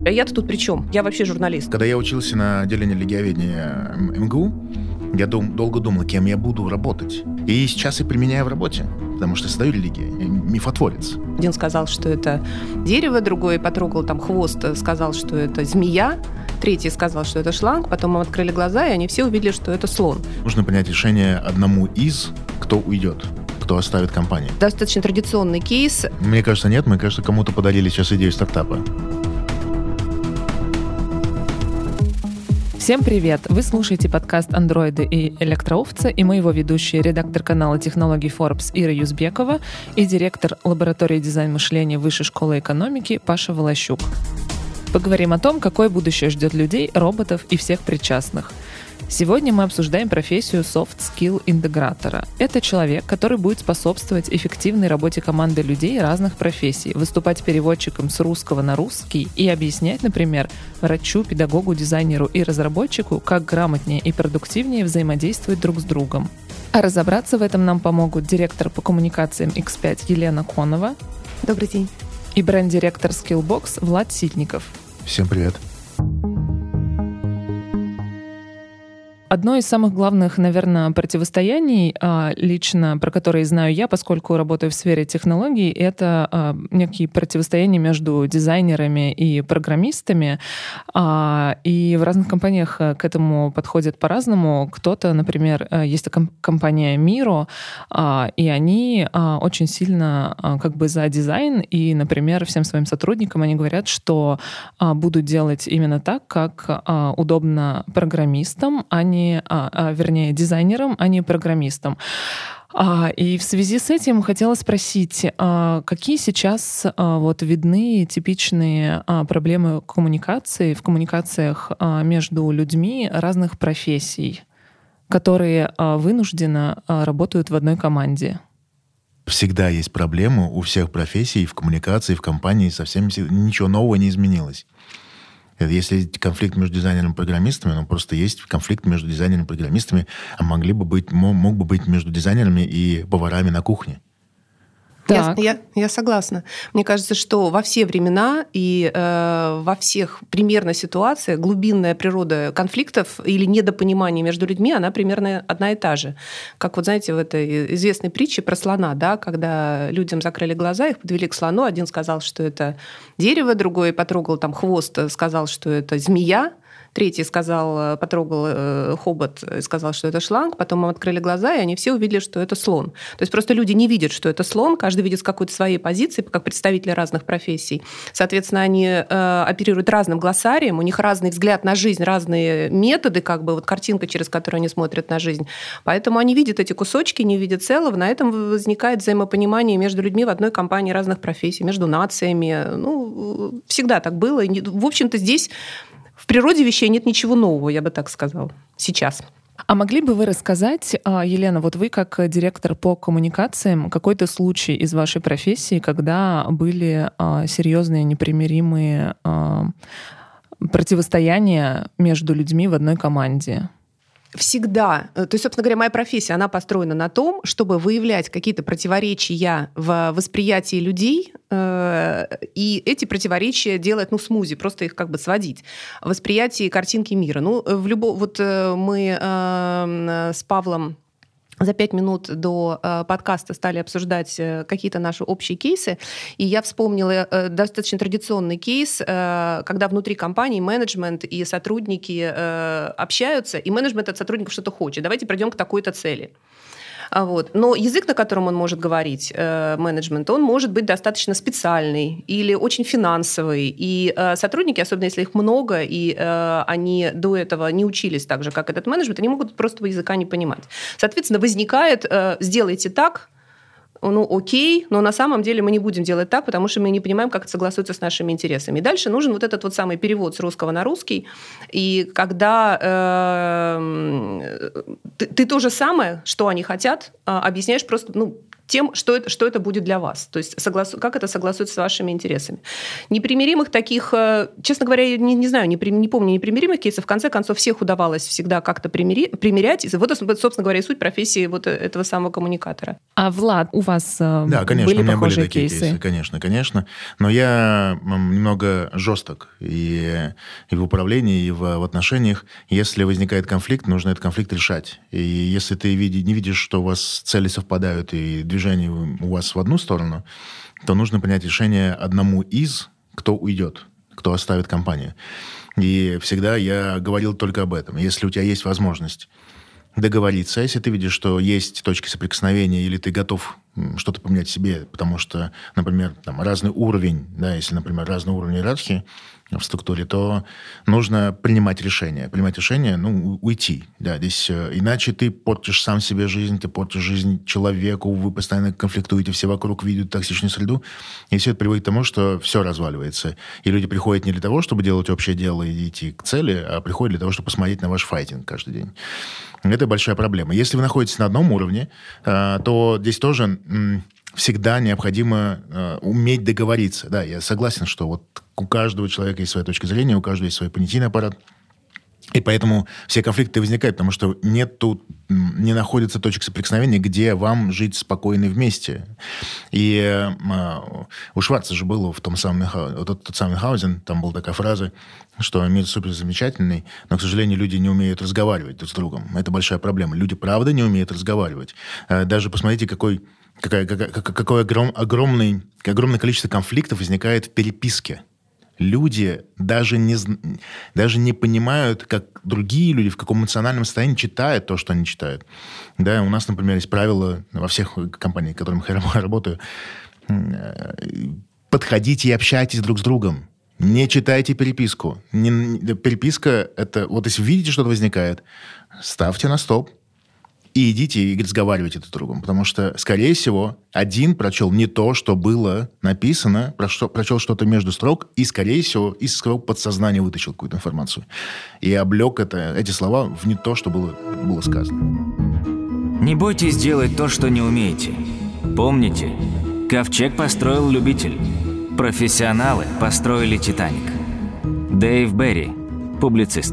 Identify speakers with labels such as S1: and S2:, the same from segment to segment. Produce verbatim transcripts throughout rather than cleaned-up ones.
S1: А я-то тут при чем? Я вообще журналист.
S2: Когда я учился на отделении религиоведения эм гэ у, я дум, долго думал, кем я буду работать. И сейчас и применяю в работе, потому что создаю религию, мифотворец.
S1: Один сказал, что это дерево, другой потрогал там хвост, сказал, что это змея, третий сказал, что это шланг, потом им открыли глаза, и они все увидели, что это слон.
S2: Нужно принять решение одному из, кто уйдет, кто оставит компанию.
S1: Достаточно традиционный кейс.
S2: Мне кажется, нет. Мне кажется, кому-то подарили сейчас идею стартапа.
S3: Всем привет! Вы слушаете подкаст «Андроиды и электроовцы», и мы его ведущие, редактор канала технологий Forbes Ира Юзбекова и директор лаборатории дизайн-мышления Высшей школы экономики Паша Волощук. Поговорим о том, какое будущее ждет людей, роботов и всех причастных. Сегодня мы обсуждаем профессию soft skill интегратора. Это человек, который будет способствовать эффективной работе команды людей разных профессий, выступать переводчиком с русского на русский и объяснять, например, врачу, педагогу, дизайнеру и разработчику, как грамотнее и продуктивнее взаимодействовать друг с другом. А разобраться в этом нам помогут директор по коммуникациям икс пять Елена Конова.
S1: Добрый день.
S3: И бренд-директор Skillbox Влад Ситников.
S2: Всем привет.
S3: Одно из самых главных, наверное, противостояний, лично про которые знаю я, поскольку работаю в сфере технологий, это некие противостояния между дизайнерами и программистами. И в разных компаниях к этому подходят по-разному. Кто-то, например, есть такая компания Miro, и они очень сильно как бы за дизайн, и, например, всем своим сотрудникам они говорят, что будут делать именно так, как удобно программистам, а не А, а, вернее, дизайнерам, а не программистам. А, и в связи с этим хотела спросить, а, какие сейчас а, вот видны типичные а, проблемы коммуникации, в коммуникациях а, между людьми разных профессий, которые а, вынужденно а, работают в одной команде?
S2: Всегда есть проблемы у всех профессий в коммуникации, в компании, совсем ничего нового не изменилось. Если есть конфликт между дизайнерами и программистами, ну просто есть конфликт между дизайнерами и программистами, а могли бы быть, мог бы быть между дизайнерами и поварами на кухне.
S1: Я, я, я согласна. Мне кажется, что во все времена и э, во всех примерно ситуациях глубинная природа конфликтов или недопонимания между людьми, она примерно одна и та же. Как вот, знаете, в этой известной притче про слона, да, когда людям закрыли глаза, их подвели к слону, один сказал, что это дерево, другой потрогал там хвост, сказал, что это змея, третий сказал, потрогал э, хобот и сказал, что это шланг. Потом им открыли глаза, и они все увидели, что это слон. То есть просто люди не видят, что это слон. Каждый видит с какой-то своей позиции, как представители разных профессий. Соответственно, они э, оперируют разным глоссарием, у них разный взгляд на жизнь, разные методы, как бы вот картинка, через которую они смотрят на жизнь. Поэтому они видят эти кусочки, не видят целого. На этом возникает взаимопонимание между людьми в одной компании разных профессий, между нациями. Ну, всегда так было. В общем-то, здесь... В природе вещей нет ничего нового, я бы так сказала, сейчас.
S3: А могли бы вы рассказать, Елена, вот вы как директор по коммуникациям, какой-то случай из вашей профессии, когда были серьезные, непримиримые противостояния между людьми в одной команде?
S1: Всегда. То есть, собственно говоря, моя профессия, она построена на том, чтобы выявлять какие-то противоречия в восприятии людей, и эти противоречия делать, ну, смузи, просто их как бы сводить. В восприятии картинки мира. Ну, в любо... Вот мы с Павлом за пять минут до э, подкаста стали обсуждать э, какие-то наши общие кейсы, и я вспомнила э, достаточно традиционный кейс, э, когда внутри компании менеджмент и сотрудники э, общаются, и менеджмент от сотрудников что-то хочет. Давайте придем к такой-то цели. Вот. Но язык, на котором он может говорить, э, менеджмент, он может быть достаточно специальный или очень финансовый. И э, сотрудники, особенно если их много, и э, они до этого не учились так же, как этот менеджмент, они могут просто языка не понимать. Соответственно, возникает э, «сделайте так», ну, окей, но на самом деле мы не будем делать так, потому что мы не понимаем, как это согласуется с нашими интересами. И дальше нужен вот этот вот самый перевод с русского на русский. И когда э, ты, ты то же самое, что они хотят, объясняешь просто, ну, тем, что это, что это будет для вас. То есть согласу, как это согласуется с вашими интересами. Непримиримых таких, честно говоря, я не, не знаю, не, не помню непримиримых кейсов. В конце концов, всех удавалось всегда как-то примири, примирять. И вот, собственно говоря, и суть профессии вот этого самого коммуникатора.
S3: А, Влад, у вас
S2: да, конечно,
S3: были
S2: у меня были
S3: похожие
S2: такие
S3: кейсы?
S2: кейсы? Конечно, конечно. Но я немного жесток и, и в управлении, и в, в отношениях. Если возникает конфликт, нужно этот конфликт решать. И если ты види, не видишь, что у вас цели совпадают и движение у вас в одну сторону, то нужно принять решение одному из, кто уйдет, кто оставит компанию. И всегда я говорил только об этом. Если у тебя есть возможность договориться, если ты видишь, что есть точки соприкосновения, или ты готов что-то поменять в себе, потому что, например, там, разный уровень, да, если, например, разный уровень иерархии в структуре, то нужно принимать решение. Принимать решение, ну, уйти. Да, здесь, иначе ты портишь сам себе жизнь, ты портишь жизнь человеку, вы постоянно конфликтуете, все вокруг видят токсичную среду, и все это приводит к тому, что все разваливается. И люди приходят не для того, чтобы делать общее дело и идти к цели, а приходят для того, чтобы посмотреть на ваш файтинг каждый день. Это большая проблема. Если вы находитесь на одном уровне, то здесь тоже всегда необходимо уметь договориться. Да, я согласен, что вот у каждого человека есть своя точка зрения, у каждого есть свой понятийный аппарат. И поэтому все конфликты возникают, потому что нету, не находится точек соприкосновения, где вам жить спокойно вместе. И э, у Шварца же было в том самом, вот тот, тот самый Хаузен, там была такая фраза, что мир супер замечательный, но, к сожалению, люди не умеют разговаривать друг с другом. Это большая проблема. Люди, правда, не умеют разговаривать. Э, даже посмотрите, какой, какая, какая, какое огром, огромный, огромное количество конфликтов возникает в переписке. Люди даже не, даже не понимают, как другие люди, в каком эмоциональном состоянии читают то, что они читают. Да, у нас, например, есть правило во всех компаниях, в которых я работаю. Подходите и общайтесь друг с другом. Не читайте переписку. Не, переписка – это… Вот если видите, что-то возникает, ставьте на стоп. И идите и разговаривайте друг с другом. Потому что, скорее всего, один прочел не то, что было написано, прочел что-то между строк, и, скорее всего, из своего подсознания вытащил какую-то информацию. И облег это, эти слова в не то, что было, было сказано.
S4: Не бойтесь делать то, что не умеете. Помните, ковчег построил любитель. Профессионалы построили Титаник. Дэйв Берри, публицист.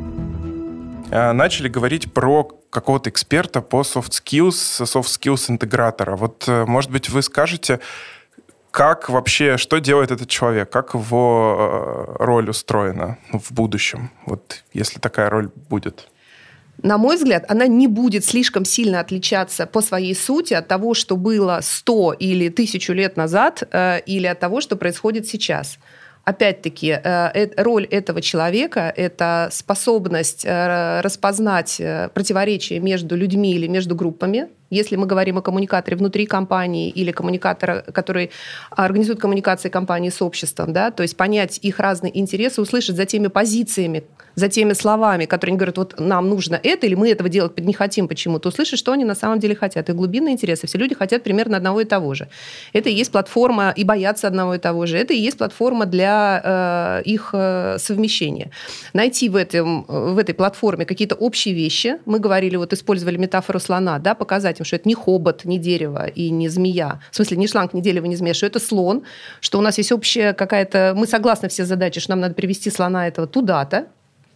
S5: Начали говорить про какого-то эксперта по soft skills, soft skills интегратора. Вот, может быть, вы скажете, как вообще, что делает этот человек, как его роль устроена в будущем, вот если такая роль будет?
S1: На мой взгляд, она не будет слишком сильно отличаться по своей сути от того, что было сто или тысячу лет назад, или от того, что происходит сейчас. Опять-таки, роль этого человека – это способность распознать противоречия между людьми или между группами. Если мы говорим о коммуникаторе внутри компании или коммуникатора, который организует коммуникации компании с обществом, да, то есть понять их разные интересы, услышать за теми позициями, за теми словами, которые они говорят, вот нам нужно это, или мы этого делать не хотим почему-то, услышать, что они на самом деле хотят. Их глубинные интересы. Все люди хотят примерно одного и того же. Это и есть платформа, и боятся одного и того же. Это и есть платформа для э, их э, совмещения. Найти в, этом, в этой платформе какие-то общие вещи. Мы говорили, вот использовали метафору слона, да, показать им, что это не хобот, не дерево и не змея. В смысле, не шланг, не дерево, не змея, что это слон, что у нас есть общая какая-то... Мы согласны все задачи, что нам надо привести слона этого туда-то.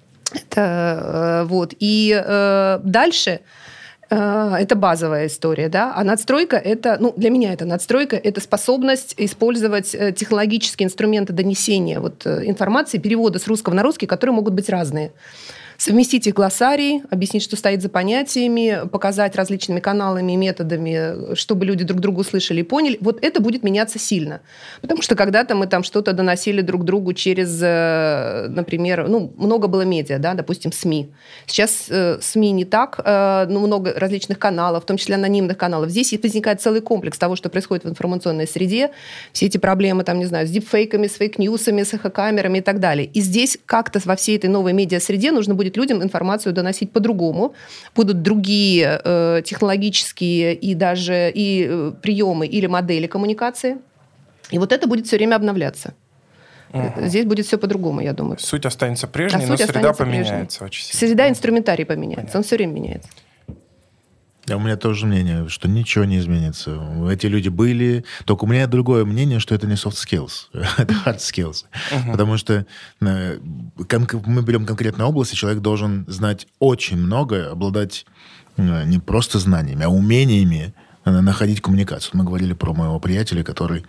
S1: Это, вот. И э, дальше э, это базовая история, да, а надстройка это, ну, для меня это надстройка, это способность использовать технологические инструменты донесения вот, информации, перевода с русского на русский, которые могут быть разные. Совместить их глоссарий, объяснить, что стоит за понятиями, показать различными каналами и методами, чтобы люди друг друга услышали и поняли. Вот это будет меняться сильно. Потому что когда-то мы там что-то доносили друг другу через, например, ну, много было медиа, да, допустим, СМИ. Сейчас э, СМИ не так, э, ну, много различных каналов, в том числе анонимных каналов. Здесь возникает целый комплекс того, что происходит в информационной среде. Все эти проблемы, там, не знаю, с дипфейками, с фейк-ньюсами, с эхокамерами и так далее. И здесь как-то во всей этой новой медиа-среде нужно будет людям информацию доносить по-другому. Будут другие э, технологические и даже и, э, приемы или модели коммуникации. И вот это будет все время обновляться. Угу. Здесь будет все по-другому, я думаю.
S5: Суть останется прежней, а но среда поменяется прежней. Очень сильно.
S1: Среда, инструментарий поменяется. Понятно. Он все время меняется.
S2: А у меня тоже мнение, что ничего не изменится. Эти люди были... Только у меня другое мнение, что это не soft skills, это hard skills. Uh-huh. Потому что мы берем конкретную область, и человек должен знать очень много, обладать не просто знаниями, а умениями находить коммуникацию. Мы говорили про моего приятеля, который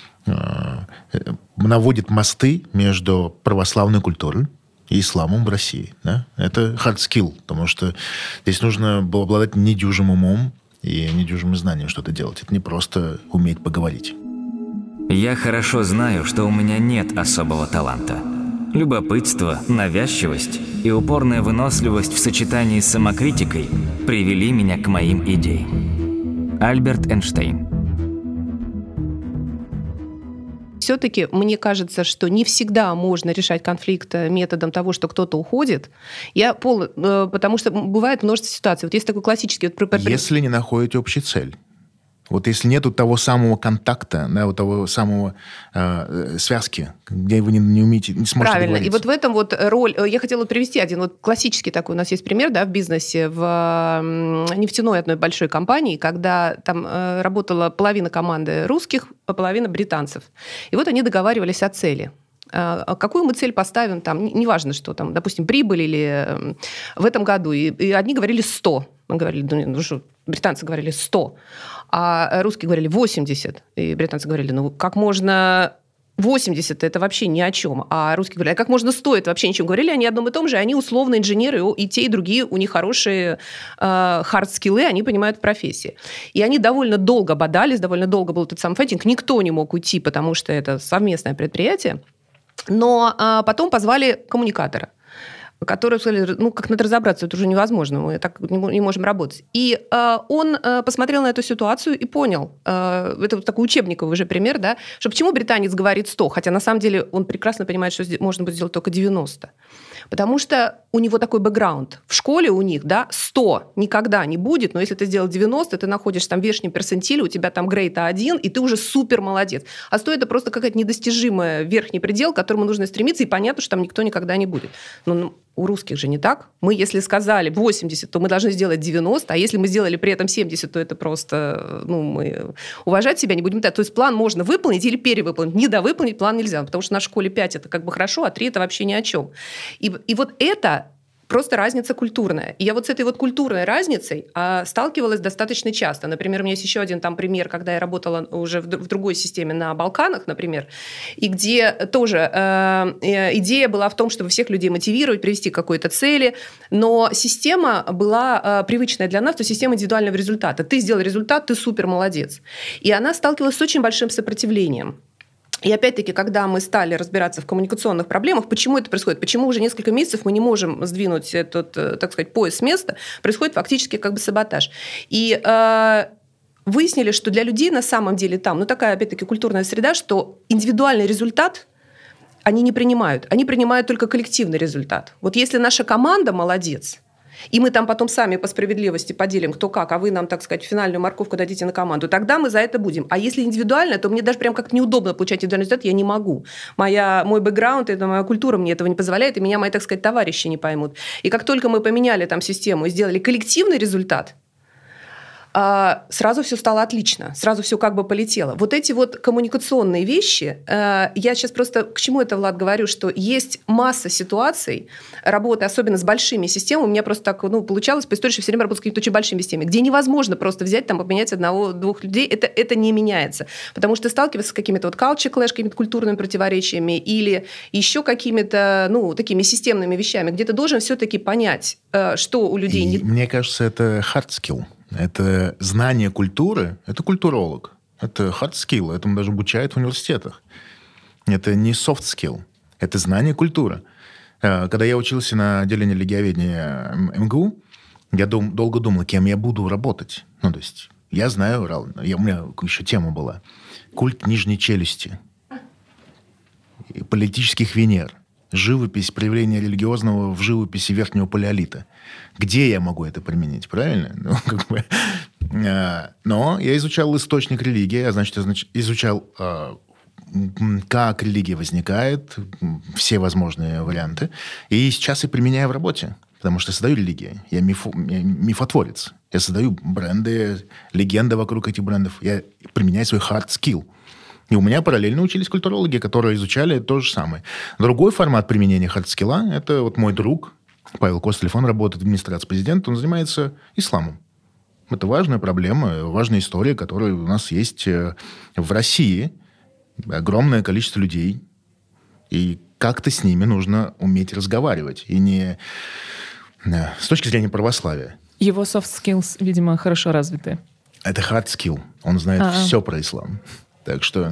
S2: наводит мосты между православной культурой и исламом в России. Да? Это hard skill, потому что здесь нужно было обладать недюжим умом и недюжим знанием что-то делать. Это не просто уметь поговорить.
S4: Я хорошо знаю, что у меня нет особого таланта. Любопытство, навязчивость и упорная выносливость в сочетании с самокритикой привели меня к моим идеям. Альберт Эйнштейн.
S1: Все-таки мне кажется, что не всегда можно решать конфликт методом того, что кто-то уходит. Я пол... Потому что бывает множество ситуаций. Вот есть такой классический...
S2: Если не находите общую цель. Вот если нету того самого контакта, да, вот того самого э, связки, где вы не, не умеете, не сможете
S1: Правильно.
S2: договориться.
S1: И вот в этом вот роль... Я хотела привести один вот классический такой у нас есть пример, да, в бизнесе, в нефтяной одной большой компании, когда там э, работала половина команды русских, а половина британцев. И вот они договаривались о цели. Какую мы цель поставим, там, неважно, что там, допустим, прибыль или в этом году. И, и одни говорили сто. Мы говорили, ну что, британцы говорили сто, а русские говорили восемьдесят. И британцы говорили, ну как можно восемьдесят, это вообще ни о чем. А русские говорили, а как можно сто, это вообще ничем. Говорили они одном и том же, они условно инженеры, и те, и другие, у них хорошие э, хард-скиллы, они понимают в профессии. И они довольно долго бодались, довольно долго был этот сам файтинг, никто не мог уйти, потому что это совместное предприятие. Но а, потом позвали коммуникатора, которые сказали, ну, как надо разобраться, это уже невозможно, мы так не можем работать. И а, он а, посмотрел на эту ситуацию и понял, а, это вот такой учебниковый уже пример, да, что почему британец говорит сто, хотя на самом деле он прекрасно понимает, что можно будет сделать только девяносто. Потому что у него такой бэкграунд. В школе у них, да, сто никогда не будет, но если ты сделал девяносто, ты находишься там в верхнем персентиле, у тебя там грейд один, и ты уже супер молодец. А сто – это просто какая-то недостижимая верхний предел, к которому нужно стремиться, и понятно, что там никто никогда не будет. Но ну, у русских же не так. Мы, если сказали восемьдесят, то мы должны сделать девяносто, а если мы сделали при этом семьдесят, то это просто, ну, мы уважать себя не будем. То есть план можно выполнить или перевыполнить. Недовыполнить план нельзя, потому что на школе пять – это как бы хорошо, а три – это вообще ни о чем. И, и вот это просто разница культурная. И я вот с этой вот культурной разницей а, сталкивалась достаточно часто. Например, у меня есть еще один там пример, когда я работала уже в, в другой системе на Балканах, например, и где тоже э, идея была в том, чтобы всех людей мотивировать, привести к какой-то цели, но система была э, привычная для нас, то есть система индивидуального результата. Ты сделал результат, ты супер молодец. И она сталкивалась с очень большим сопротивлением. И опять-таки, когда мы стали разбираться в коммуникационных проблемах, почему это происходит, почему уже несколько месяцев мы не можем сдвинуть этот, так сказать, пояс с места, происходит фактически как бы саботаж. И э, выяснили, что для людей на самом деле там, ну такая опять-таки культурная среда, что индивидуальный результат они не принимают, они принимают только коллективный результат. Вот если наша команда молодец, и мы там потом сами по справедливости поделим, кто как, а вы нам, так сказать, финальную морковку дадите на команду, тогда мы за это будем. А если индивидуально, то мне даже прям как-то неудобно получать индивидуальный результат, я не могу. Моя, мой бэкграунд, это моя культура мне этого не позволяет, и меня мои, так сказать, товарищи не поймут. И как только мы поменяли там систему и сделали коллективный результат, сразу все стало отлично, сразу все как бы полетело. Вот эти вот коммуникационные вещи, я сейчас просто к чему это, Влад, говорю, что есть масса ситуаций работы, особенно с большими системами, у меня просто так ну, получалось по истории, что все время работать с какими-то очень большими системами, где невозможно просто взять, там, поменять одного-двух людей, это, это не меняется, потому что ты сталкиваешься с какими-то вот culture clash, какими-то культурными противоречиями или еще какими-то, ну, такими системными вещами, где ты должен все-таки понять, что у людей...
S2: И
S1: не...
S2: Мне кажется, это hard skill. Это знание культуры, это культуролог. Это hard skill, этому даже обучают в университетах. Это не soft skill, это знание культуры. Когда я учился на отделении религиоведения эм гэ у, я дум, долго думал, кем я буду работать. Ну, то есть, я знаю, я, у меня еще тема была. Культ нижней челюсти, политических Венер, живопись, проявление религиозного в живописи верхнего палеолита. Где я могу это применить, правильно? Ну, как бы, э, но я изучал источник религии, а значит, изучал, э, как религия возникает, все возможные варианты, и сейчас и применяю в работе. потому что я создаю религии. Я, миф, я мифотворец. Я создаю бренды, легенды вокруг этих брендов. Я применяю свой hard skill. И у меня параллельно учились культурологи, которые изучали то же самое. Другой формат применения хардскилла – это вот мой друг Павел Костылев. Он работает в администрации президента, он занимается исламом. Это важная проблема, важная история, которая у нас есть в России. Огромное количество людей. И как-то с ними нужно уметь разговаривать. И не с точки зрения православия.
S3: Его soft skills, видимо, хорошо развиты.
S2: Это hard skill. Он знает А-а. все про ислам. Так что...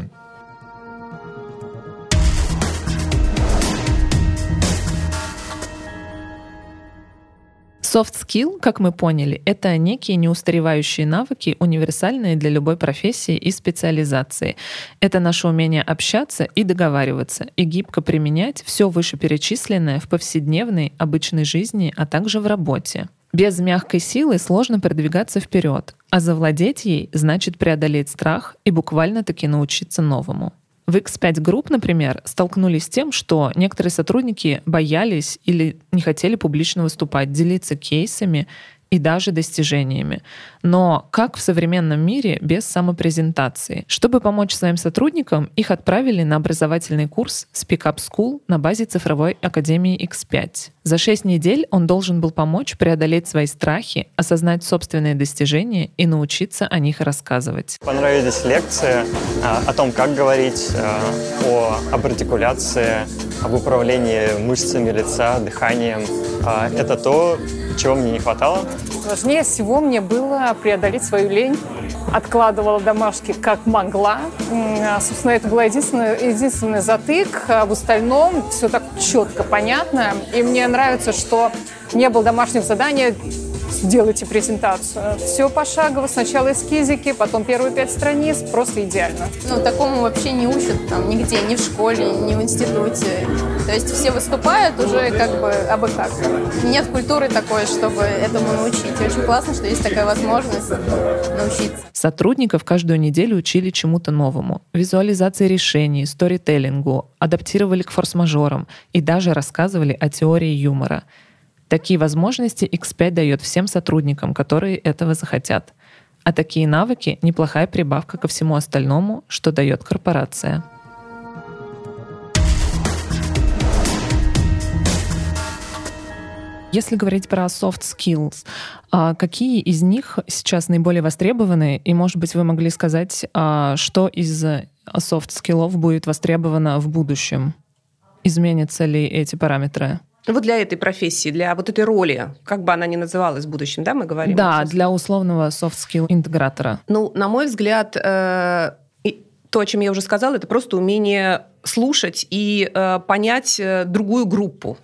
S3: Soft skill, как мы поняли, это некие неустаревающие навыки, универсальные для любой профессии и специализации. Это наше умение общаться и договариваться, и гибко применять все вышеперечисленное в повседневной, обычной жизни, а также в работе. Без мягкой силы сложно продвигаться вперед, а завладеть ей значит преодолеть страх и буквально-таки научиться новому. В икс пять Group, например, столкнулись с тем, что некоторые сотрудники боялись или не хотели публично выступать, делиться кейсами и даже достижениями. Но как в современном мире без самопрезентации? Чтобы помочь своим сотрудникам, их отправили на образовательный курс Speak Up School на базе цифровой академии икс пять. За шесть недель он должен был помочь преодолеть свои страхи, осознать собственные достижения и научиться о них рассказывать.
S6: Понравились лекции о том, как говорить, о, об артикуляции, об управлении мышцами лица, дыханием. Это то, чего мне не хватало.
S7: Важнее всего мне было преодолеть свою лень. Откладывала домашки как могла. Собственно, это был единственный, единственный затык. А в остальном все так четко, понятно. И мне нравится, что не было домашних заданий. Сделайте презентацию. Все пошагово. Сначала эскизики, потом первые пять страниц. Просто идеально.
S8: Ну, такому вообще не учат там нигде, ни в школе, ни в институте. То есть все выступают уже как бы абы как. Нет культуры такой, чтобы этому научить. И очень классно, что есть такая возможность научиться.
S3: Сотрудников каждую неделю учили чему-то новому. Визуализации решений, сторителлингу, адаптировали к форс-мажорам и даже рассказывали о теории юмора. Такие возможности икс пять дает всем сотрудникам, которые этого захотят. А такие навыки — неплохая прибавка ко всему остальному, что дает корпорация. Если говорить про soft skills, какие из них сейчас наиболее востребованы? И, может быть, вы могли сказать, что из soft skill'ов будет востребовано в будущем? Изменятся ли эти параметры?
S1: Вот для этой профессии, для вот этой роли, как бы она ни называлась в будущем, да, мы говорим?
S3: Да, для условного soft skill интегратора.
S1: Ну, на мой взгляд, э, то, о чем я уже сказала, это просто умение слушать и э, понять другую группу.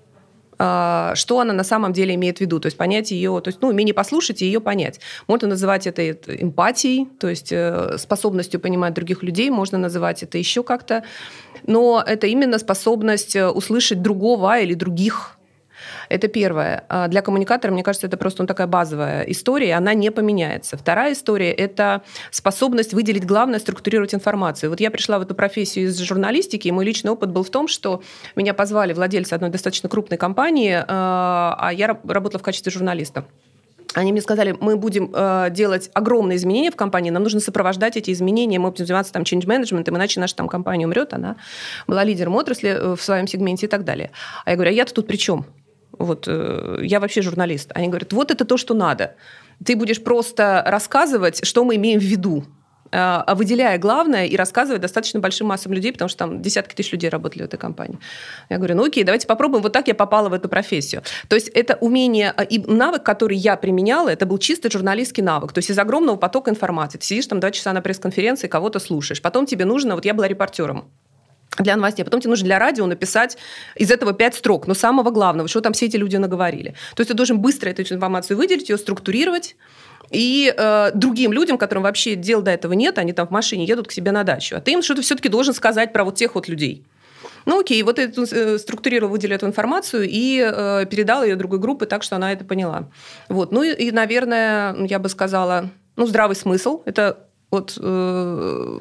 S1: Что она на самом деле имеет в виду, то есть понять ее, то есть, ну, умение послушать и ее понять. Можно называть это эмпатией, то есть способностью понимать других людей, можно называть это еще как-то, но это именно способность услышать другого или других. Это первое. Для коммуникатора, мне кажется, это просто ну, такая базовая история, она не поменяется. Вторая история – это способность выделить главное, структурировать информацию. Вот я пришла в эту профессию из журналистики, и мой личный опыт был в том, что меня позвали владельцы одной достаточно крупной компании, а я работала в качестве журналиста. Они мне сказали, мы будем э, делать огромные изменения в компании, нам нужно сопровождать эти изменения, мы будем заниматься там change management, иначе наша там компания умрет, она была лидером отрасли в своем сегменте и так далее. А я говорю, а я-то тут при чем? Вот, э, я вообще журналист. Они говорят, вот это то, что надо. Ты будешь просто рассказывать, что мы имеем в виду, э, выделяя главное и рассказывая достаточно большим массам людей, потому что там десятки тысяч людей работали в этой компании. Я говорю, ну окей, давайте попробуем. Вот так я попала в эту профессию. То есть это умение и навык, который я применяла, это был чистый журналистский навык. То есть из огромного потока информации. Ты сидишь там два часа на пресс-конференции, кого-то слушаешь. Потом тебе нужно... Вот я была репортером для новостей, а потом тебе нужно для радио написать из этого пять строк, но самого главного, что там все эти люди наговорили. То есть ты должен быстро эту информацию выделить, ее структурировать, и э, другим людям, которым вообще дел до этого нет, они там в машине едут к себе на дачу, а ты им что-то все-таки должен сказать про вот тех вот людей. Ну окей, вот эту э, структурировал, выделил эту информацию и э, передал ее другой группе так, что она это поняла. Вот. Ну и, и, наверное, я бы сказала, ну здравый смысл, это вот... Э,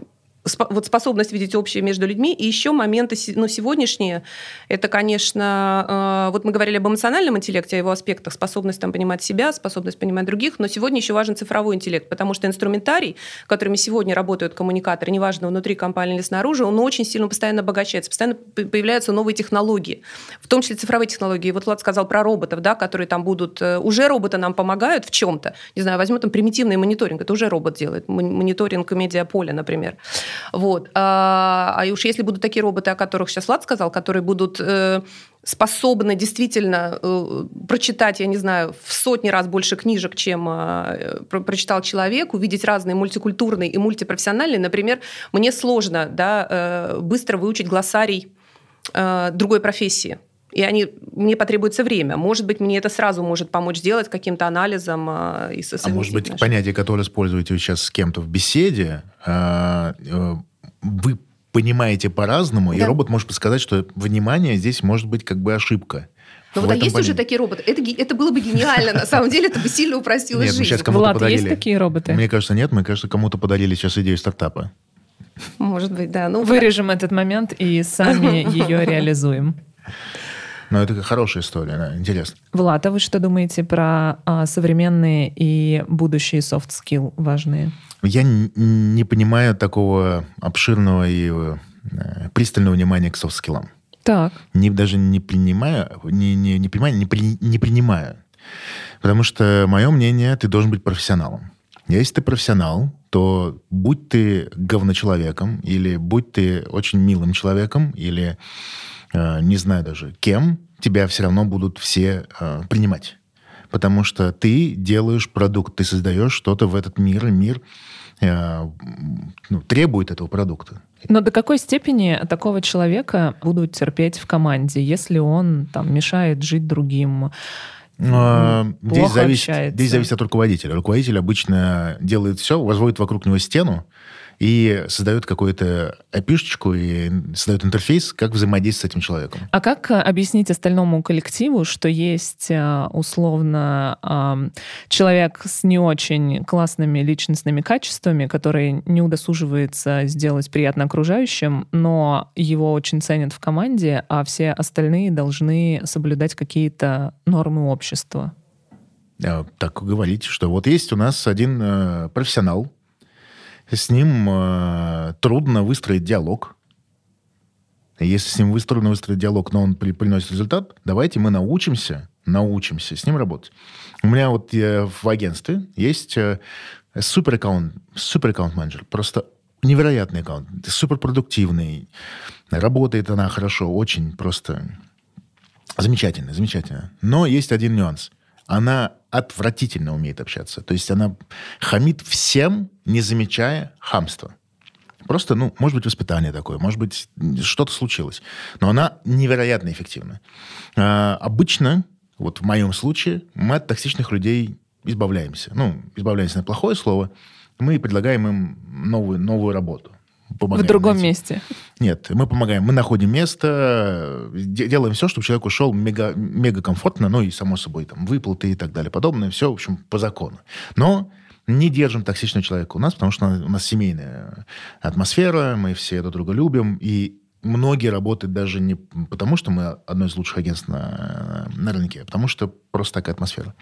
S1: вот способность видеть общее между людьми. И еще моменты, ну, сегодняшние, это, конечно, вот мы говорили об эмоциональном интеллекте, о его аспектах, способность там понимать себя, способность понимать других, но сегодня еще важен цифровой интеллект, потому что инструментарий, которыми сегодня работают коммуникаторы, неважно, внутри компании или снаружи, он очень сильно постоянно обогащается, постоянно появляются новые технологии, в том числе цифровые технологии. Вот Влад сказал про роботов, да, которые там будут... Уже роботы нам помогают в чем-то. Не знаю, возьмем там примитивный мониторинг, это уже робот делает, мониторинг медиаполя, например. Вот. А, а уж если будут такие роботы, о которых сейчас Влад сказал, которые будут э, способны действительно э, прочитать, я не знаю, в сотни раз больше книжек, чем э, про- прочитал человек, увидеть разные мультикультурные и мультипрофессиональные. Например, мне сложно, да, э, быстро выучить глоссарий э, другой профессии. И они, мне потребуется время. Может быть, мне это сразу может помочь сделать каким-то анализом э, и совместить.
S2: А может быть,
S1: наши...
S2: понятие, которое используете сейчас с кем-то в беседе, э, э, вы понимаете по-разному, да. И робот может подсказать, что внимание здесь может быть как бы ошибка.
S1: Но вот а есть понятии. Уже такие роботы? Это, это было бы гениально, на самом деле, это бы сильно упростило
S2: нет,
S1: жизнь.
S2: Сейчас кому-то
S3: Влад,
S2: подарили.
S3: Есть такие роботы?
S2: Мне кажется, нет. Мне кажется, кому-то подарили сейчас идею стартапа.
S1: Может быть, да. Ну,
S3: Вырежем этот момент и сами ее реализуем.
S2: Но это хорошая история, да, интересно.
S3: Влад, а вы что думаете про а, современные и будущие soft skill важные?
S2: Я н- не понимаю такого обширного и э, пристального внимания к софт-скиллам.
S3: Так.
S2: Не, даже не принимаю, не, не, не принимаю, не, при, не принимаю. Потому что, мое мнение, ты должен быть профессионалом. Если ты профессионал, то будь ты говночеловеком, или будь ты очень милым человеком, или... не знаю даже кем, тебя все равно будут все э, принимать. Потому что ты делаешь продукт, ты создаешь что-то в этот мир, и мир э, ну, требует этого продукта.
S3: Но до какой степени такого человека будут терпеть в команде, если он там мешает жить другим?
S2: А, здесь, зависит,
S3: общается.
S2: здесь зависит от руководителя. Руководитель обычно делает все, возводит вокруг него стену, и создает какую-то эй пи шечку и создает интерфейс, как взаимодействовать с этим человеком.
S3: А как объяснить остальному коллективу, что есть условно человек с не очень классными личностными качествами, который не удосуживается сделать приятно окружающим, но его очень ценят в команде, а все остальные должны соблюдать какие-то нормы общества?
S2: Так говорить, что вот есть у нас один э, профессионал, с ним э, трудно выстроить диалог. Если с ним трудно выстроить диалог, но он при, приносит результат, давайте мы научимся, научимся с ним работать. У меня вот я, в агентстве есть э, супер-аккаунт, супер-аккаунт-менеджер. Просто невероятный аккаунт, суперпродуктивный. Работает она хорошо, очень просто замечательно, замечательно. Но есть один нюанс. Она отвратительно умеет общаться. То есть она хамит всем, не замечая хамства. Просто, ну, может быть, воспитание такое, может быть, что-то случилось. Но она невероятно эффективна. А, обычно, вот в моем случае, мы от токсичных людей избавляемся. Ну, избавляемся на плохое слово. Мы предлагаем им новую, новую работу.
S3: В другом найти. Месте.
S2: Нет, мы помогаем. Мы находим место, делаем все, чтобы человек ушел мега, мега комфортно, ну и, само собой, там, выплаты и так далее, подобное. Все, в общем, по закону. Но не держим токсичного человека у нас, потому что у нас семейная атмосфера, мы все друг друга любим, и многие работают даже не потому, что мы одно из лучших агентств на, на рынке, а потому что просто такая атмосфера.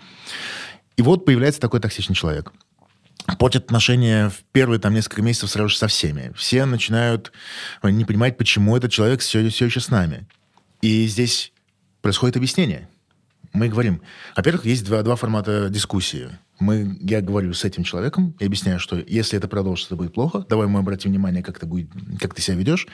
S2: И вот появляется такой токсичный человек. Портят отношения в первые там, несколько месяцев сразу же со всеми. Все начинают не понимать, почему этот человек все, все еще с нами. И здесь происходит объяснение. Мы говорим, во-первых, есть два, два формата дискуссии. Мы, я говорю с этим человеком и объясняю, что если это продолжится, это будет плохо. Давай мы обратим внимание, как, это будет, как ты себя ведешь.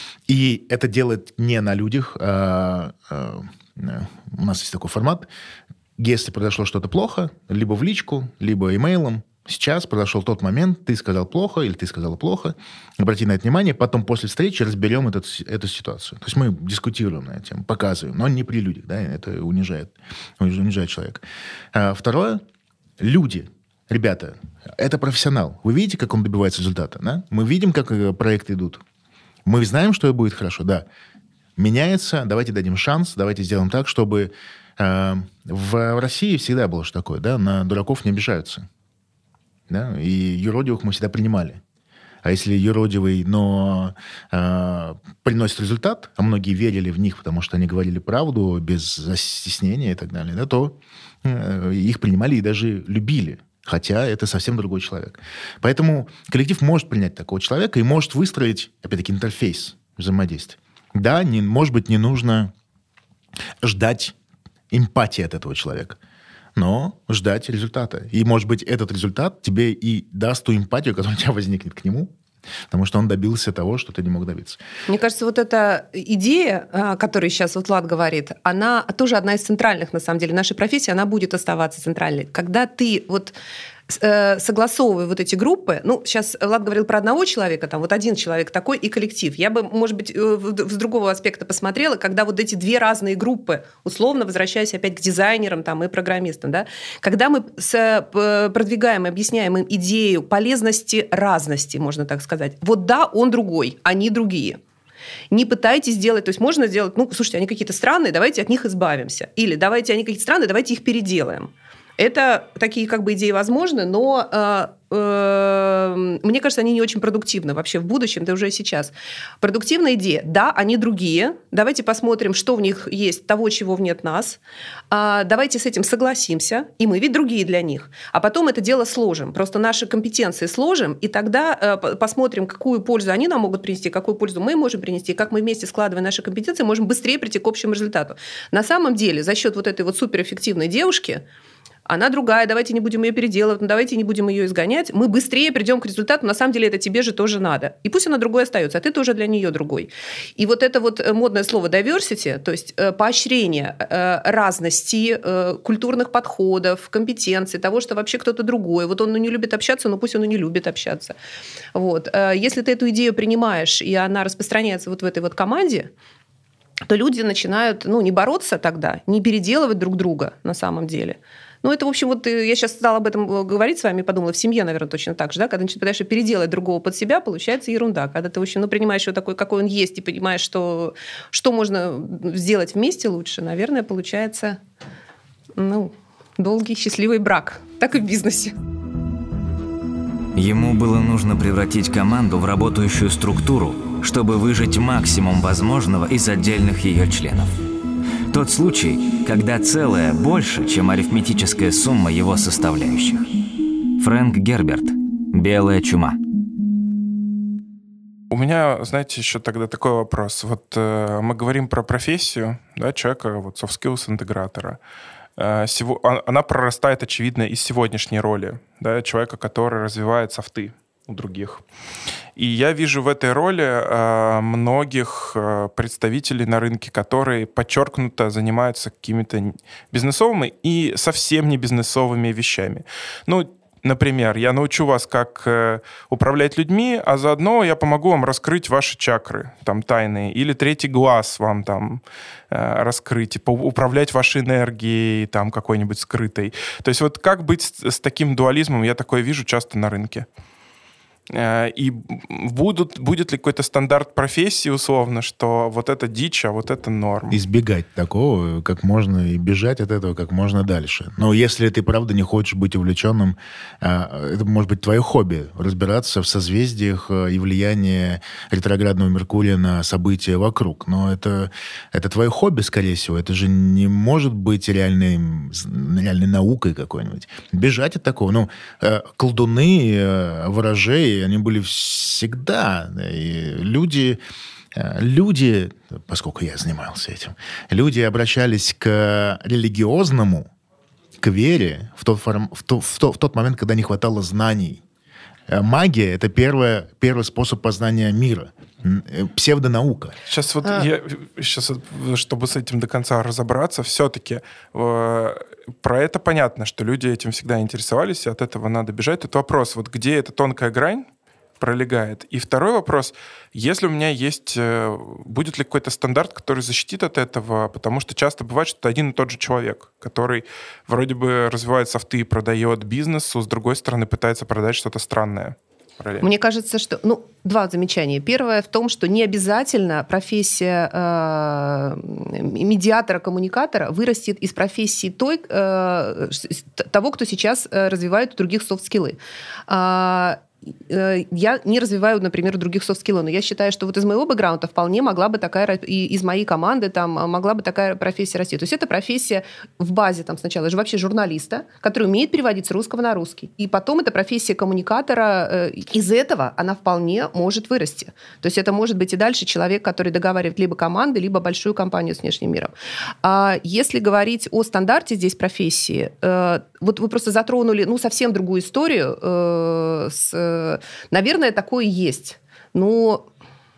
S2: И это делать не на людях. А, а, у нас есть такой формат. Если произошло что-то плохо, либо в личку, либо имейлом, сейчас произошел тот момент, ты сказал плохо или ты сказала плохо, обрати на это внимание, потом после встречи разберем этот, эту ситуацию. То есть мы дискутируем на эту тему, показываем, но не при людях, да, это унижает, унижает человека. А второе, люди, ребята, это профессионал. Вы видите, как он добивается результата, да? Мы видим, как проекты идут. Мы знаем, что будет хорошо, да. Меняется, давайте дадим шанс, давайте сделаем так, чтобы э, в России всегда было что такое, да, на дураков не обижаются. Да? И юродивых мы всегда принимали. А если юродивый, но э, приносит результат, а многие верили в них, потому что они говорили правду без стеснения и так далее, да, то э, их принимали и даже любили. Хотя это совсем другой человек. Поэтому коллектив может принять такого человека и может выстроить, опять-таки, интерфейс взаимодействия. Да, не, может быть, не нужно ждать эмпатии от этого человека, но ждать результата. И, может быть, этот результат тебе и даст ту эмпатию, которая у тебя возникнет к нему, потому что он добился того, что ты не мог добиться.
S1: Мне кажется, вот эта идея, о которой сейчас вот Влад говорит, она тоже одна из центральных, на самом деле, нашей профессии, она будет оставаться центральной. Когда ты вот согласовывая вот эти группы, ну, сейчас Влад говорил про одного человека, там вот один человек такой и коллектив. Я бы, может быть, с другого аспекта посмотрела, когда вот эти две разные группы, условно возвращаясь опять к дизайнерам там, и программистам, да, когда мы с, продвигаем и объясняем им идею полезности разности, можно так сказать. Вот да, он другой, они другие. Не пытайтесь сделать, то есть можно сделать, ну, слушайте, они какие-то странные, давайте от них избавимся. Или давайте, они какие-то странные, давайте их переделаем. Это такие как бы идеи возможны, но э, э, мне кажется, они не очень продуктивны вообще в будущем, да уже сейчас. Продуктивная идея, да, они другие. Давайте посмотрим, что в них есть того, чего нет нас. А, давайте с этим согласимся, и мы ведь другие для них. А потом это дело сложим. Просто наши компетенции сложим, и тогда э, посмотрим, какую пользу они нам могут принести, какую пользу мы можем принести, и как мы вместе, складывая наши компетенции, можем быстрее прийти к общему результату. На самом деле, за счет вот этой вот суперэффективной девушки, она другая, давайте не будем ее переделывать, ну, давайте не будем ее изгонять, мы быстрее придем к результату, на самом деле это тебе же тоже надо. И пусть она другой остается, а ты тоже для нее другой. И вот это вот модное слово diversity, то есть поощрение разности, культурных подходов, компетенций, того, что вообще кто-то другой. Вот он ну, не любит общаться, но пусть он и не любит общаться. Вот. Если ты эту идею принимаешь, и она распространяется вот в этой вот команде, то люди начинают ну, не бороться тогда, не переделывать друг друга на самом деле. Ну, это, в общем, вот я сейчас стала об этом говорить с вами, подумала, в семье, наверное, точно так же, да, когда ты пытаешься переделать другого под себя, получается ерунда. Когда ты, в общем, ну, принимаешь его такой, какой он есть, и понимаешь, что, что можно сделать вместе лучше, наверное, получается, ну, долгий, счастливый брак. Так и в бизнесе.
S4: Ему было нужно превратить команду в работающую структуру, чтобы выжать максимум возможного из отдельных ее членов. Тот случай, когда целое больше, чем арифметическая сумма его составляющих. Фрэнк Герберт. «Белая чума».
S5: У меня, знаете, еще тогда такой вопрос. Вот э, мы говорим про профессию, да, человека, вот soft skills интегратора. Э, сего, она прорастает, очевидно, из сегодняшней роли, да, человека, который развивает софты у других. И я вижу в этой роли э, многих э, представителей на рынке, которые подчеркнуто занимаются какими-то бизнесовыми и совсем не бизнесовыми вещами. Ну, например, я научу вас, как э, управлять людьми, а заодно я помогу вам раскрыть ваши чакры, там, тайные, или третий глаз вам там э, раскрыть, управлять вашей энергией, там, какой-нибудь скрытой. То есть вот как быть с, с таким дуализмом, я такое вижу часто на рынке. И будут, будет ли какой-то стандарт профессии, условно, что вот это дичь, а вот это норм?
S2: Избегать такого как можно и бежать от этого как можно дальше. Но если ты, правда, не хочешь быть увлеченным, это может быть твое хобби, разбираться в созвездиях и влиянии ретроградного Меркурия на события вокруг. Но это, это твое хобби, скорее всего. Это же не может быть реальной, реальной наукой какой-нибудь. Бежать от такого. Ну, колдуны, ворожеи, они были всегда. И люди, люди, поскольку я занимался этим, люди обращались к религиозному, к вере в тот, форм, в, то, в, то, в тот момент, когда не хватало знаний. Магия — это первое, первый способ познания мира. Псевдонаука.
S5: Сейчас вот а. я, сейчас, чтобы с этим до конца разобраться, все-таки э, про это понятно, что люди этим всегда интересовались, и от этого надо бежать. Тут вопрос, вот где эта тонкая грань пролегает. И второй вопрос, если у меня есть, будет ли какой-то стандарт, который защитит от этого, потому что часто бывает, что это один и тот же человек, который вроде бы развивает софты и продает бизнесу, с другой стороны пытается продать что-то странное. Параллельно.
S1: Мне кажется, что... Ну, два замечания. Первое в том, что не обязательно профессия э, медиатора-коммуникатора вырастет из профессии той, э, того, кто сейчас развивает у других софт-скиллы. Э, я не развиваю, например, других софт-скиллов, но я считаю, что вот из моего бэкграунда вполне могла бы такая, и из моей команды там могла бы такая профессия расти. То есть это профессия в базе там сначала же вообще журналиста, который умеет переводить с русского на русский. И потом это профессия коммуникатора. Из этого она вполне может вырасти. То есть это может быть и дальше человек, который договаривает либо команды, либо большую компанию с внешним миром. А если говорить о стандарте здесь профессии, вот вы просто затронули, ну, совсем другую историю. С, наверное, такое есть. Но,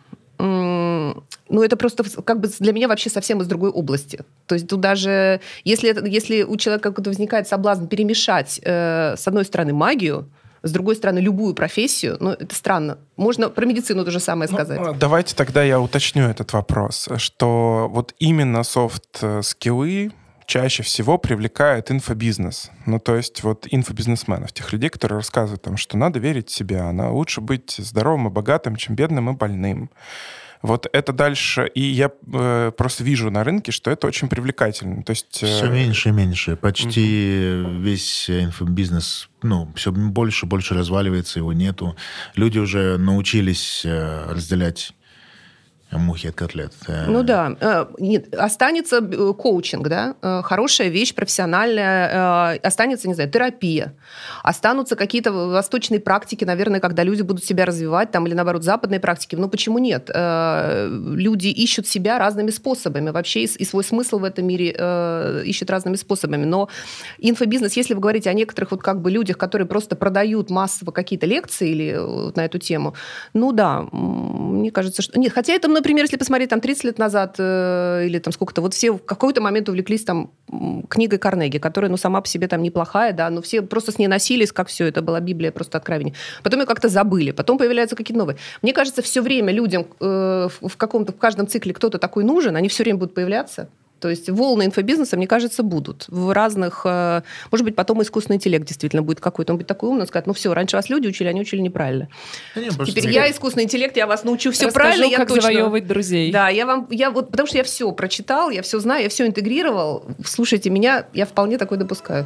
S1: ну, это просто как бы для меня вообще совсем из другой области. То есть тут даже, если, это, если у человека как-то возникает соблазн перемешать, э, с одной стороны, магию, с другой стороны, любую профессию, ну, это странно. Можно про медицину то же самое сказать.
S5: Ну, давайте тогда я уточню этот вопрос, что вот именно софт-скиллы чаще всего привлекает инфобизнес. Ну, то есть вот инфобизнесменов, тех людей, которые рассказывают там, что надо верить в себя, надо лучше быть здоровым и богатым, чем бедным и больным. Вот это дальше. И я э, просто вижу на рынке, что это очень привлекательно. То есть, э...
S2: Все меньше и меньше. Почти mm-hmm. весь инфобизнес, ну, все больше и больше разваливается, его нету. Люди уже научились э, разделять мухи от котлет.
S1: Ну да. Нет, останется коучинг, да, хорошая вещь, профессиональная. Останется, не знаю, терапия. Останутся какие-то восточные практики, наверное, когда люди будут себя развивать, там, или, наоборот, западные практики. Но почему нет? Люди ищут себя разными способами. Вообще и свой смысл в этом мире ищут разными способами. Но инфобизнес, если вы говорите о некоторых вот как бы людях, которые просто продают массово какие-то лекции или вот на эту тему, ну да, мне кажется, что... Нет, хотя это, например, если посмотреть там тридцать лет назад э, или там сколько-то, вот все в какой-то момент увлеклись там книгой Карнеги, которая, ну, сама по себе там неплохая, да, но все просто с ней носились, как все, это была Библия просто откровение. Потом ее как-то забыли, потом появляются какие-то новые. Мне кажется, все время людям э, в, в каком-то, в каждом цикле кто-то такой нужен, они все время будут появляться. То есть волны инфобизнеса, мне кажется, будут. В разных... Может быть, потом искусственный интеллект действительно будет какой-то. Он будет такой умный, сказать, ну все, раньше вас люди учили, они учили неправильно. Да нет, Теперь я мне... искусственный интеллект, я вас научу все
S3: Расскажу,
S1: правильно.
S3: как
S1: я точно...
S3: завоевывать друзей.
S1: Да, я вам... Я вот, потому что я все прочитал, я все знаю, я все интегрировал. Слушайте меня, я вполне такое допускаю.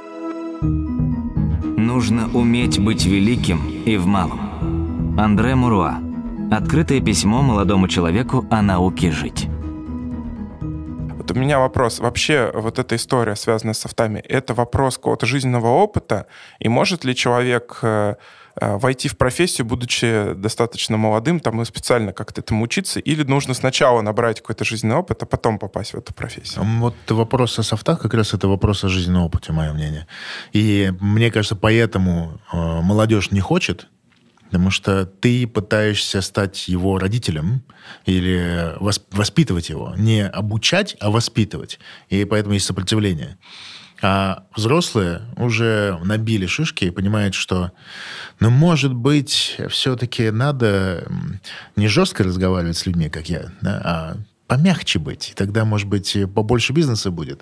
S4: Нужно уметь быть великим и в малом. Андре Муруа. Открытое письмо молодому человеку о науке жить.
S5: У меня вопрос. Вообще вот эта история, связанная с софтами, это вопрос какого-то жизненного опыта? И может ли человек э, э, войти в профессию, будучи достаточно молодым, там, и специально как-то этому учиться? Или нужно сначала набрать какой-то жизненный опыт, а потом попасть в эту профессию?
S2: Вот вопрос о софтах как раз это вопрос о жизненном опыте, мое мнение. И мне кажется, поэтому э, молодежь не хочет, потому что ты пытаешься стать его родителем или воспитывать его. Не обучать, а воспитывать. И поэтому есть сопротивление. А взрослые уже набили шишки и понимают, что, ну, может быть, все-таки надо не жестко разговаривать с людьми, как я, да, а помягче быть. И тогда, может быть, побольше бизнеса будет.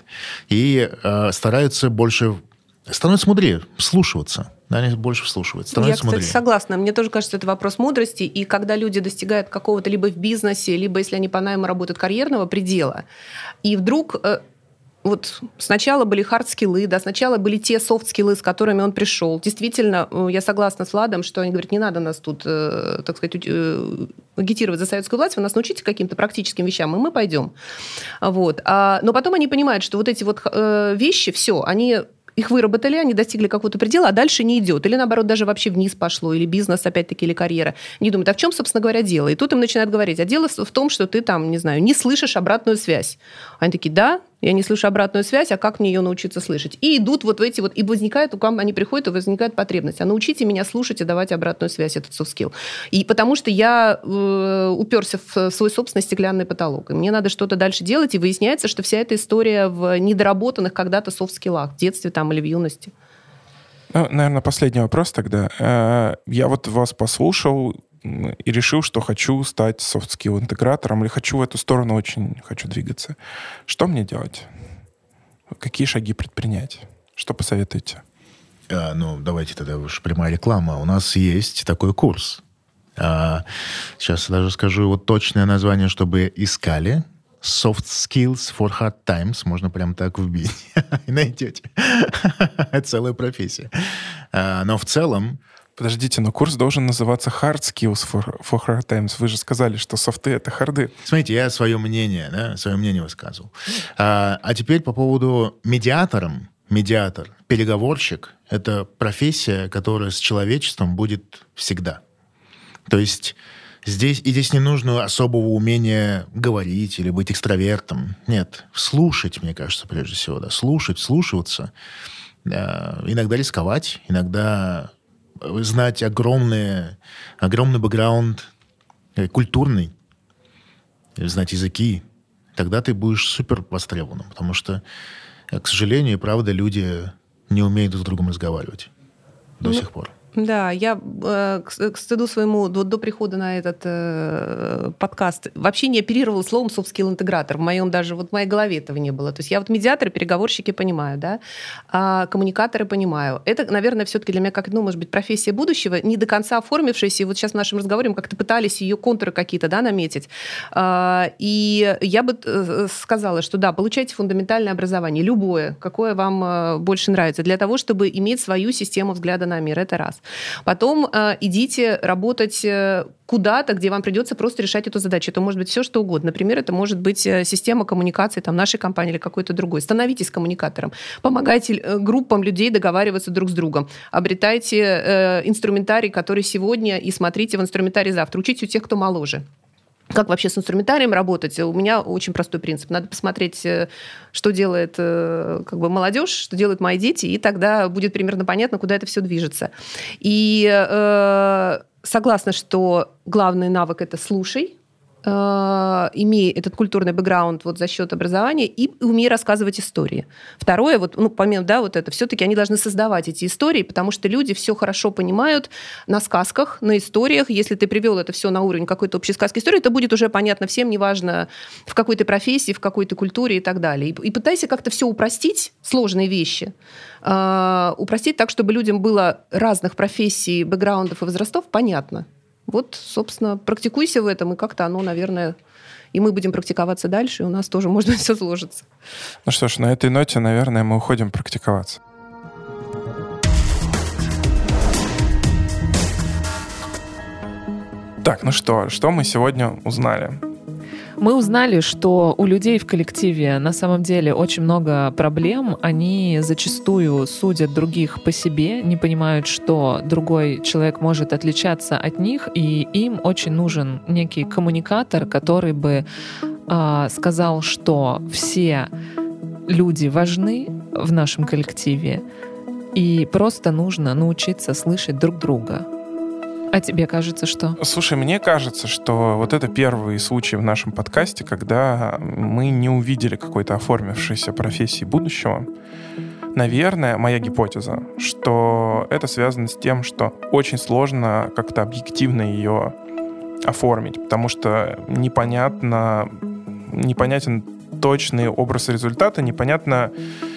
S2: И э, стараются больше... Становятся мудрее, вслушиваться. Да, они больше вслушиваются,
S1: Я,
S2: кстати,
S1: мудрее. Согласна. Мне тоже кажется, это вопрос мудрости. И когда люди достигают какого-то либо в бизнесе, либо если они по найму работают, карьерного предела, и вдруг... Э, вот сначала были хард-скиллы, да, сначала были те софт-скиллы, с которыми он пришел. Действительно, я согласна с Владом, что они говорят, не надо нас тут, э, так сказать, э, агитировать за советскую власть, вы нас научите каким-то практическим вещам, и мы пойдем. Вот. А, но потом они понимают, что вот эти вот э, вещи, все, они... Их выработали, они достигли какого-то предела, а дальше не идет. Или, наоборот, даже вообще вниз пошло, или бизнес, опять-таки, или карьера. Не думают, а в чем, собственно говоря, дело? И тут им начинают говорить, а дело в том, что ты там, не знаю, не слышишь обратную связь. Они такие, да, я не слышу обратную связь, а как мне ее научиться слышать? И идут вот в эти вот, и возникает, у кого они приходят, и возникает потребность. А научите меня слушать и давать обратную связь, этот soft skill. И потому что я э, уперся в свой собственный стеклянный потолок. И мне надо что-то дальше делать, и выясняется, что вся эта история в недоработанных когда-то софт-скиллах, в детстве там или в юности.
S5: Ну, наверное, последний вопрос тогда. Я вот вас послушал и решил, что хочу стать софт-скилл-интегратором или хочу в эту сторону очень хочу двигаться. Что мне делать? Какие шаги предпринять? Что посоветуете?
S2: А, ну, давайте тогда уж прямая реклама. У нас есть такой курс. А, сейчас я даже скажу его точное название, чтобы искали. Soft Skills for Hard Times. Можно прям так вбить. И найдете. Это целая профессия. А, но в целом
S5: Подождите, но курс должен называться Hard Skills for, for Hard Times. Вы же сказали, что софты — это харды.
S2: Смотрите, я свое мнение, да, свое мнение высказывал. А, а теперь по поводу медиатором. Медиатор, переговорщик — это профессия, которая с человечеством будет всегда. То есть здесь, и здесь не нужно особого умения говорить или быть экстравертом. Нет, слушать, мне кажется, прежде всего. Да. Слушать, слушаться. Да. Иногда рисковать, иногда знать огромный, огромный бэкграунд культурный, знать языки. Тогда ты будешь супер востребованным, потому что, к сожалению, и правда, люди не умеют друг с другом разговаривать до ну, сих пор.
S1: Да, я э, к, к стыду своему до, до прихода на этот э, подкаст вообще не оперировала словом soft skill интегратор. В моем даже вот в моей голове этого не было. То есть я вот медиаторы, переговорщики понимаю, да, а коммуникаторы понимаю. Это, наверное, все-таки для меня как, ну, может быть, профессия будущего, не до конца оформившаяся. И вот сейчас в нашем разговоре мы как-то пытались ее контуры какие-то, да, наметить. А, и я бы сказала, что да, получайте фундаментальное образование, любое, какое вам больше нравится, для того, чтобы иметь свою систему взгляда на мир. Это раз. Потом э, идите работать э, куда-то, где вам придется просто решать эту задачу. Это может быть все, что угодно. Например, это может быть э, система коммуникации там, нашей компании или какой-то другой. Становитесь коммуникатором. Помогайте э, группам людей договариваться друг с другом. Обретайте э, инструментарий, который сегодня, и смотрите в инструментарий завтра. Учите у тех, кто моложе. Как вообще с инструментарием работать? У меня очень простой принцип. Надо посмотреть, что делает как бы, молодежь, что делают мои дети, и тогда будет примерно понятно, куда это все движется. И э, согласна, что главный навык – это слушай, э, имей этот культурный бэкграунд вот за счет образования и умей рассказывать истории. Второе, вот, ну, помимо, да, вот это, все-таки они должны создавать эти истории, потому что люди все хорошо понимают на сказках, на историях. Если ты привел это все на уровень какой-то общей сказки истории, это будет уже понятно всем, неважно, в какой ты профессии, в какой ты культуре и так далее. И, и пытайся как-то все упростить, сложные вещи, э, упростить так, чтобы людям было разных профессий, бэкграундов и возрастов понятно. Вот, собственно, практикуйся в этом, и как-то оно, наверное, и мы будем практиковаться дальше, и у нас тоже, может быть, все сложится.
S5: Ну что ж, на этой ноте, наверное, мы уходим практиковаться. Так, ну что, что мы сегодня узнали?
S3: Мы узнали, что у людей в коллективе на самом деле очень много проблем. Они зачастую судят других по себе, не понимают, что другой человек может отличаться от них, и им очень нужен некий коммуникатор, который бы э, сказал, что все люди важны в нашем коллективе, и просто нужно научиться слышать друг друга. А тебе кажется, что?
S5: Слушай, мне кажется, что вот это первый случай в нашем подкасте, когда мы не увидели какой-то оформившейся профессии будущего. Наверное, моя гипотеза, что это связано с тем, что очень сложно как-то объективно ее оформить, потому что непонятно, непонятен точный образ результата, непонятно,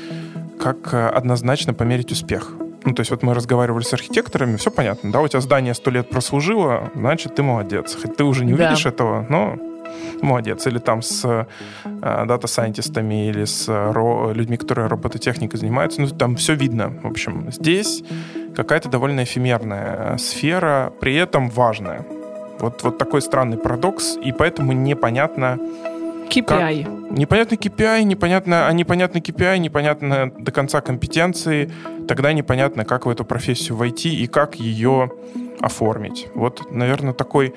S5: как однозначно померить успех. Ну, то есть вот мы разговаривали с архитекторами, все понятно, да, у тебя здание сто лет прослужило, значит, ты молодец. Хоть ты уже не да. увидишь этого, но молодец. Или там с э, дата-сайентистами, или с ро- людьми, которые робототехникой занимаются, ну, там все видно. В общем, здесь какая-то довольно эфемерная сфера, при этом важная. Вот, вот такой странный парадокс, и поэтому непонятно...
S3: кей пи ай.
S5: Как... Непонятно кей пи ай, непонятно, а непонятно кей пи ай, непонятно до конца компетенции, тогда непонятно, как в эту профессию войти и как ее оформить. Вот, наверное, такой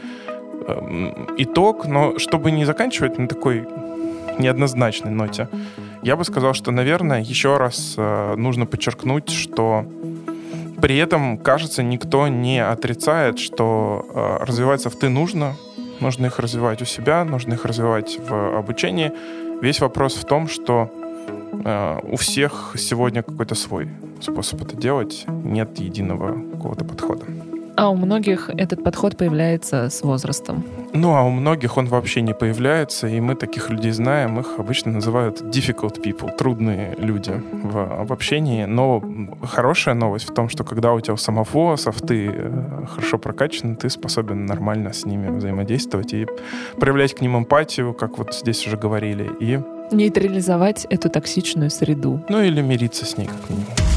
S5: э, итог, но чтобы не заканчивать на такой неоднозначной ноте, я бы сказал, что, наверное, еще раз э, нужно подчеркнуть, что при этом, кажется, никто не отрицает, что э, развивать софты нужно, нужно их развивать у себя, нужно их развивать в обучении. Весь вопрос в том, что э, у всех сегодня какой-то свой способ это делать. Нет единого какого-то подхода.
S3: А у многих этот подход появляется с возрастом.
S5: Ну, а у многих он вообще не появляется, и мы таких людей знаем. Их обычно называют difficult people, трудные люди в, в общении. Но хорошая новость в том, что когда у тебя самого софты хорошо прокачаны, ты способен нормально с ними взаимодействовать и проявлять к ним эмпатию, как вот здесь уже говорили, и
S3: нейтрализовать эту токсичную среду.
S5: Ну, или мириться с ней как минимум.